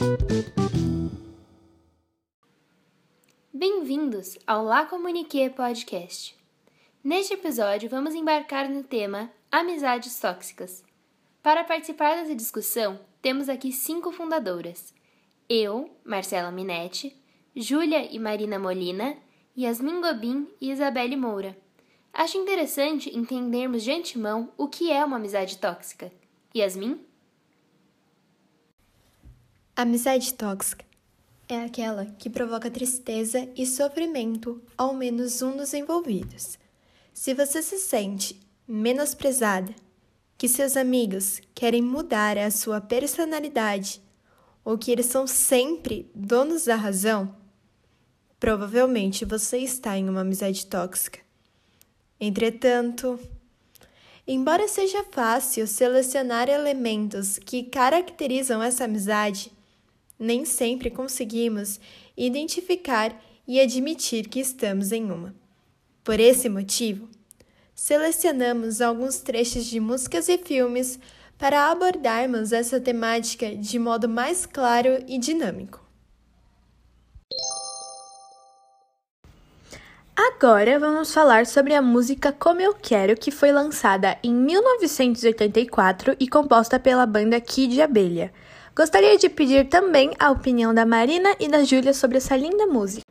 Bem-vindos ao La Comunique Podcast. Neste episódio, vamos embarcar no tema Amizades Tóxicas. Para participar dessa discussão, temos aqui 5 fundadoras. Eu, Marcela Minetti, Júlia e Marina Molina, Yasmin Gobin e Isabelle Moura. Acho interessante entendermos de antemão o que é uma amizade tóxica. Yasmin? Amizade tóxica é aquela que provoca tristeza e sofrimento ao menos um dos envolvidos. Se você se sente menosprezada, que seus amigos querem mudar a sua personalidade ou que eles são sempre donos da razão, provavelmente você está em uma amizade tóxica. Entretanto, embora seja fácil selecionar elementos que caracterizam essa amizade, nem sempre conseguimos identificar e admitir que estamos em uma. Por esse motivo, selecionamos alguns trechos de músicas e filmes para abordarmos essa temática de modo mais claro e dinâmico. Agora vamos falar sobre a música Como Eu Quero, que foi lançada em 1984 e composta pela banda Kid de Abelha. Gostaria de pedir também a opinião da Marina e da Júlia sobre essa linda música.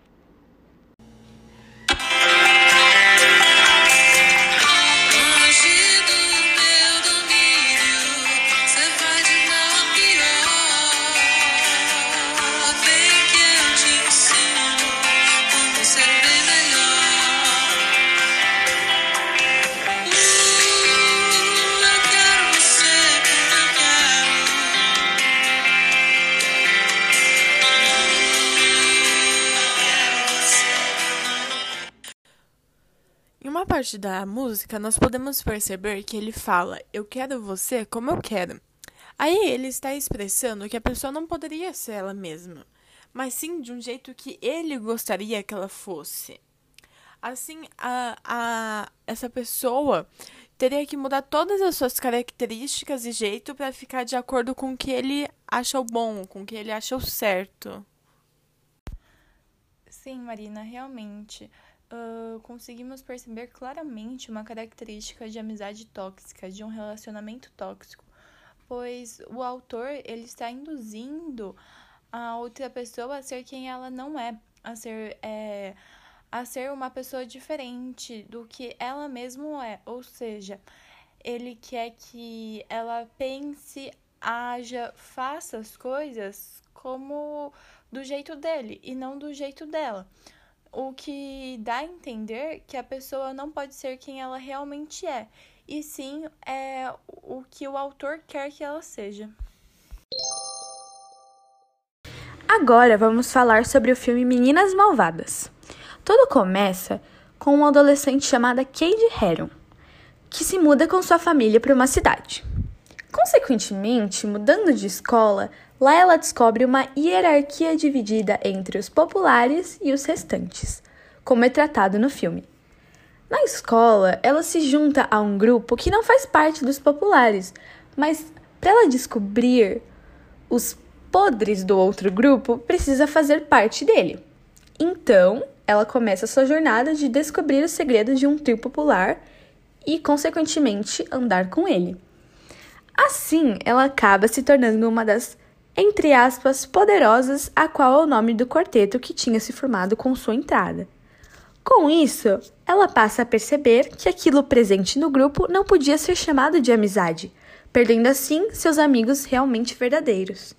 Em uma parte da música, nós podemos perceber que ele fala, eu quero você como eu quero. Aí ele está expressando que a pessoa não poderia ser ela mesma, mas sim de um jeito que ele gostaria que ela fosse. Assim, essa pessoa teria que mudar todas as suas características e jeito para ficar de acordo com o que ele acha o bom, com o que ele acha o certo. Sim, Marina, realmente. Conseguimos perceber claramente uma característica de amizade tóxica, de um relacionamento tóxico, pois o autor ele está induzindo a outra pessoa a ser quem ela não é, a ser uma pessoa diferente do que ela mesma é, ou seja, ele quer que ela pense, haja, faça as coisas como do jeito dele e não do jeito dela. O que dá a entender que a pessoa não pode ser quem ela realmente é, e sim é o que o autor quer que ela seja. Agora vamos falar sobre o filme Meninas Malvadas. Tudo começa com uma adolescente chamada Cade Heron, que se muda com sua família para uma cidade. Consequentemente, mudando de escola, lá ela descobre uma hierarquia dividida entre os populares e os restantes, como é tratado no filme. Na escola, ela se junta a um grupo que não faz parte dos populares, mas para ela descobrir os podres do outro grupo, precisa fazer parte dele. Então, ela começa sua jornada de descobrir os segredos de um trio popular e, consequentemente, andar com ele. Assim, ela acaba se tornando uma das, entre aspas, poderosas, a qual é o nome do quarteto que tinha se formado com sua entrada. Com isso, ela passa a perceber que aquilo presente no grupo não podia ser chamado de amizade, perdendo assim seus amigos realmente verdadeiros.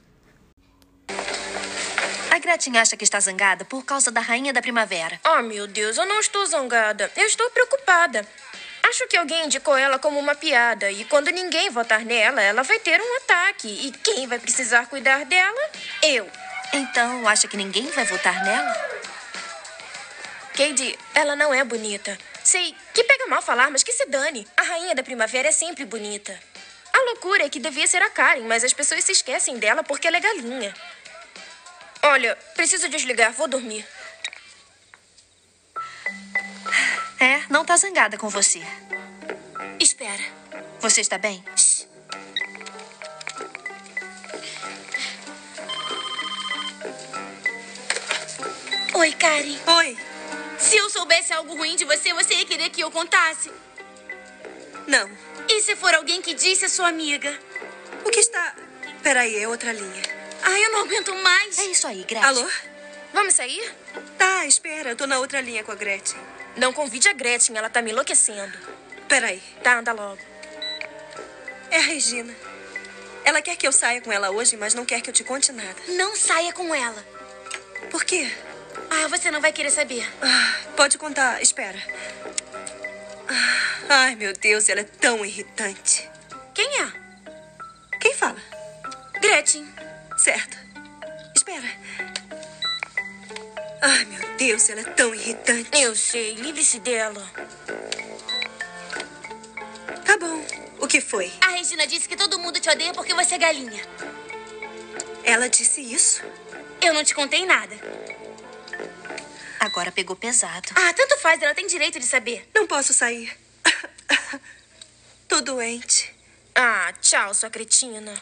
A Gretchen acha que está zangada por causa da Rainha da Primavera. Oh, meu Deus, eu não estou zangada. Eu estou preocupada. Acho que alguém indicou ela como uma piada e quando ninguém votar nela, ela vai ter um ataque. E quem vai precisar cuidar dela? Eu. Então, acha que ninguém vai votar nela? Cade, ela não é bonita. Sei que pega mal falar, mas que se dane. A Rainha da Primavera é sempre bonita. A loucura é que devia ser a Karen, mas as pessoas se esquecem dela porque ela é galinha. Olha, preciso desligar, vou dormir. Não tá zangada com você. Espera. Você está bem? Oi, Karen. Oi. Se eu soubesse algo ruim de você, você ia querer que eu contasse? Não. E se for alguém que disse a sua amiga? O que está... Peraí, é outra linha. Ai, eu não aguento mais. É isso aí, Gretchen. Alô? Vamos sair? Tá, espera. Eu tô na outra linha com a Gretchen. Não convide a Gretchen, ela tá me enlouquecendo. Peraí. Tá, anda logo. É a Regina. Ela quer que eu saia com ela hoje, mas não quer que eu te conte nada. Não saia com ela. Por quê? Ah, você não vai querer saber. Pode contar. Espera. Ai, meu Deus, ela é tão irritante. Quem é? Quem fala? Gretchen. Certo. Espera. Ai, meu Deus, ela é tão irritante. Eu sei, livre-se dela. Tá bom. O que foi? A Regina disse que todo mundo te odeia porque você é galinha. Ela disse isso? Eu não te contei nada. Agora pegou pesado. Ah, tanto faz, ela tem direito de saber. Não posso sair. Tô doente. Ah, tchau, sua cretina.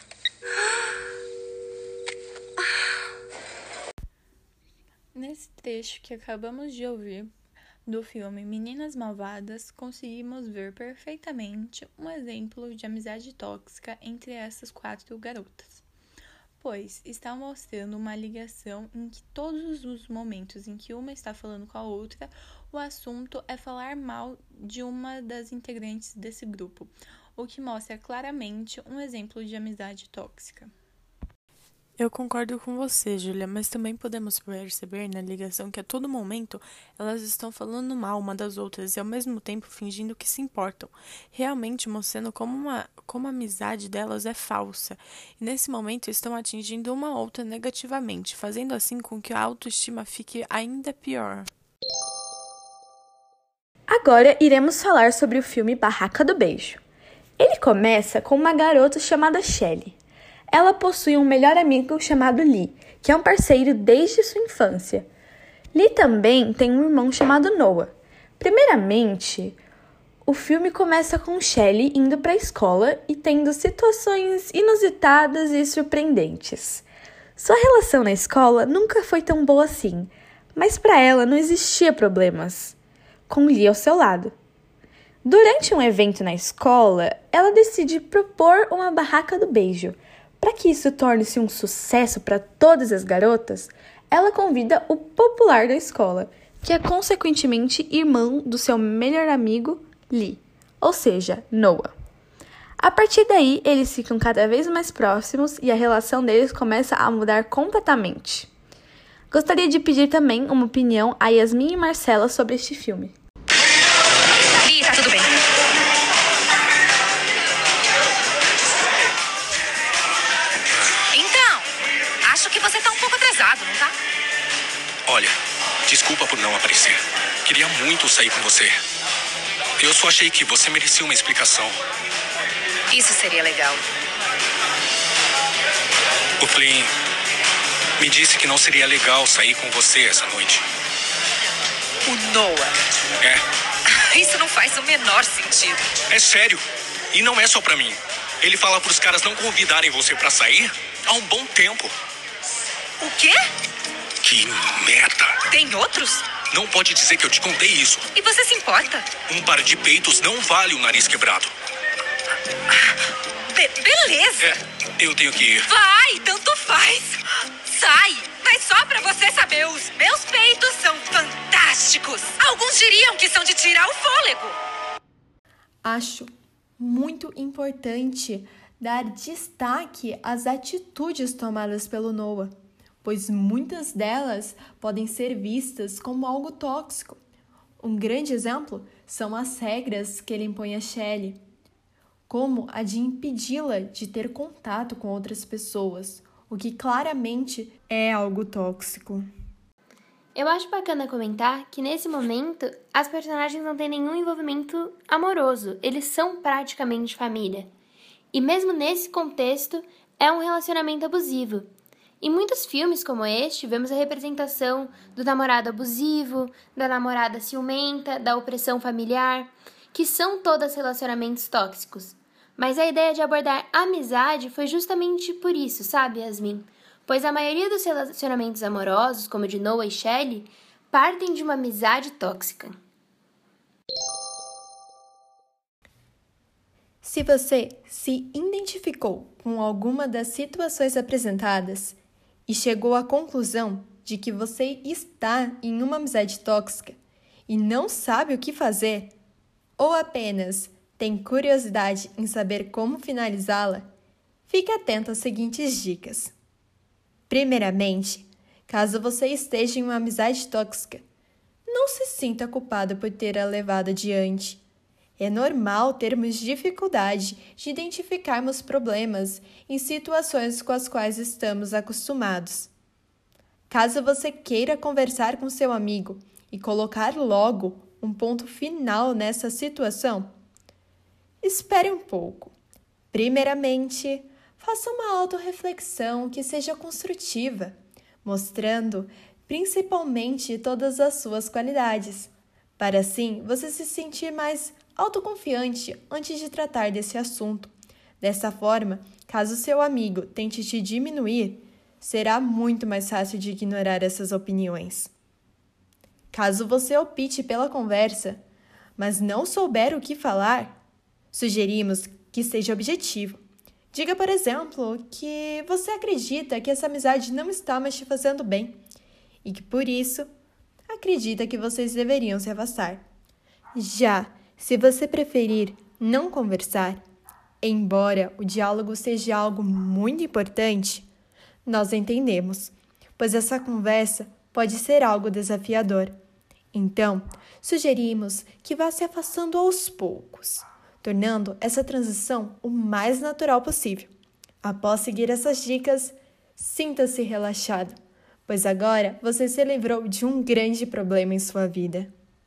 Nesse trecho que acabamos de ouvir do filme Meninas Malvadas, conseguimos ver perfeitamente um exemplo de amizade tóxica entre essas 4 garotas, pois está mostrando uma ligação em que todos os momentos em que uma está falando com a outra, o assunto é falar mal de uma das integrantes desse grupo, o que mostra claramente um exemplo de amizade tóxica. Eu concordo com você, Júlia, mas também podemos perceber na ligação que a todo momento elas estão falando mal uma das outras e ao mesmo tempo fingindo que se importam, realmente mostrando como a amizade delas é falsa. E nesse momento estão atingindo uma outra negativamente, fazendo assim com que a autoestima fique ainda pior. Agora iremos falar sobre o filme Barraca do Beijo. Ele começa com uma garota chamada Shelley. Ela possui um melhor amigo chamado Lee, que é um parceiro desde sua infância. Lee também tem um irmão chamado Noah. Primeiramente, o filme começa com Shelley indo para a escola e tendo situações inusitadas e surpreendentes. Sua relação na escola nunca foi tão boa assim, mas para ela não existia problemas, com Lee ao seu lado. Durante um evento na escola, ela decide propor uma barraca do beijo. Para que isso torne-se um sucesso para todas as garotas, ela convida o popular da escola, que é consequentemente irmão do seu melhor amigo, Lee, ou seja, Noah. A partir daí, eles ficam cada vez mais próximos e a relação deles começa a mudar completamente. Gostaria de pedir também uma opinião a Yasmin e Marcela sobre este filme. Ih, tá tudo bem. Acho que você tá um pouco atrasado, não tá? Olha, desculpa por não aparecer. Queria muito sair com você. Eu só achei que você merecia uma explicação. Isso seria legal. O Flynn me disse que não seria legal sair com você essa noite. O Noah. É. Isso não faz o menor sentido. É sério. E não é só pra mim. Ele fala pros caras não convidarem você pra sair há um bom tempo. O quê? Que merda. Tem outros? Não pode dizer que eu te contei isso. E você se importa? Um par de peitos não vale um nariz quebrado. Beleza. É, eu tenho que ir. Vai, tanto faz. Sai. Mas só pra você saber, os meus peitos são fantásticos. Alguns diriam que são de tirar o fôlego. Acho muito importante dar destaque às atitudes tomadas pelo Noah, pois muitas delas podem ser vistas como algo tóxico. Um grande exemplo são as regras que ele impõe a Shelley, como a de impedi-la de ter contato com outras pessoas, o que claramente é algo tóxico. Eu acho bacana comentar que nesse momento as personagens não têm nenhum envolvimento amoroso, eles são praticamente família. E mesmo nesse contexto, é um relacionamento abusivo. Em muitos filmes como este, vemos a representação do namorado abusivo, da namorada ciumenta, da opressão familiar, que são todos relacionamentos tóxicos. Mas a ideia de abordar a amizade foi justamente por isso, sabe, Yasmin? Pois a maioria dos relacionamentos amorosos, como o de Noah e Shelley, partem de uma amizade tóxica. Se você se identificou com alguma das situações apresentadas e chegou à conclusão de que você está em uma amizade tóxica e não sabe o que fazer, ou apenas tem curiosidade em saber como finalizá-la, fique atento às seguintes dicas. Primeiramente, caso você esteja em uma amizade tóxica, não se sinta culpado por ter a levado adiante. É normal termos dificuldade de identificarmos problemas em situações com as quais estamos acostumados. Caso você queira conversar com seu amigo e colocar logo um ponto final nessa situação, espere um pouco. Primeiramente, faça uma autorreflexão que seja construtiva, mostrando principalmente todas as suas qualidades, para assim você se sentir mais autoconfiante antes de tratar desse assunto. Dessa forma, caso seu amigo tente te diminuir, será muito mais fácil de ignorar essas opiniões. Caso você opte pela conversa, mas não souber o que falar, sugerimos que seja objetivo. Diga, por exemplo, que você acredita que essa amizade não está mais te fazendo bem e que, por isso, acredita que vocês deveriam se afastar. Já se você preferir não conversar, embora o diálogo seja algo muito importante, nós entendemos, pois essa conversa pode ser algo desafiador. Então, sugerimos que vá se afastando aos poucos, tornando essa transição o mais natural possível. Após seguir essas dicas, sinta-se relaxado, pois agora você se livrou de um grande problema em sua vida.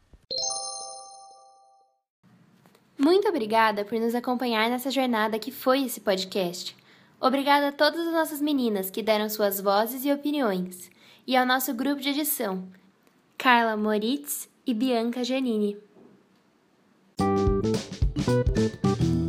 Muito obrigada por nos acompanhar nessa jornada que foi esse podcast. Obrigada a todas as nossas meninas que deram suas vozes e opiniões, e ao nosso grupo de edição, Carla Moritz e Bianca Giannini.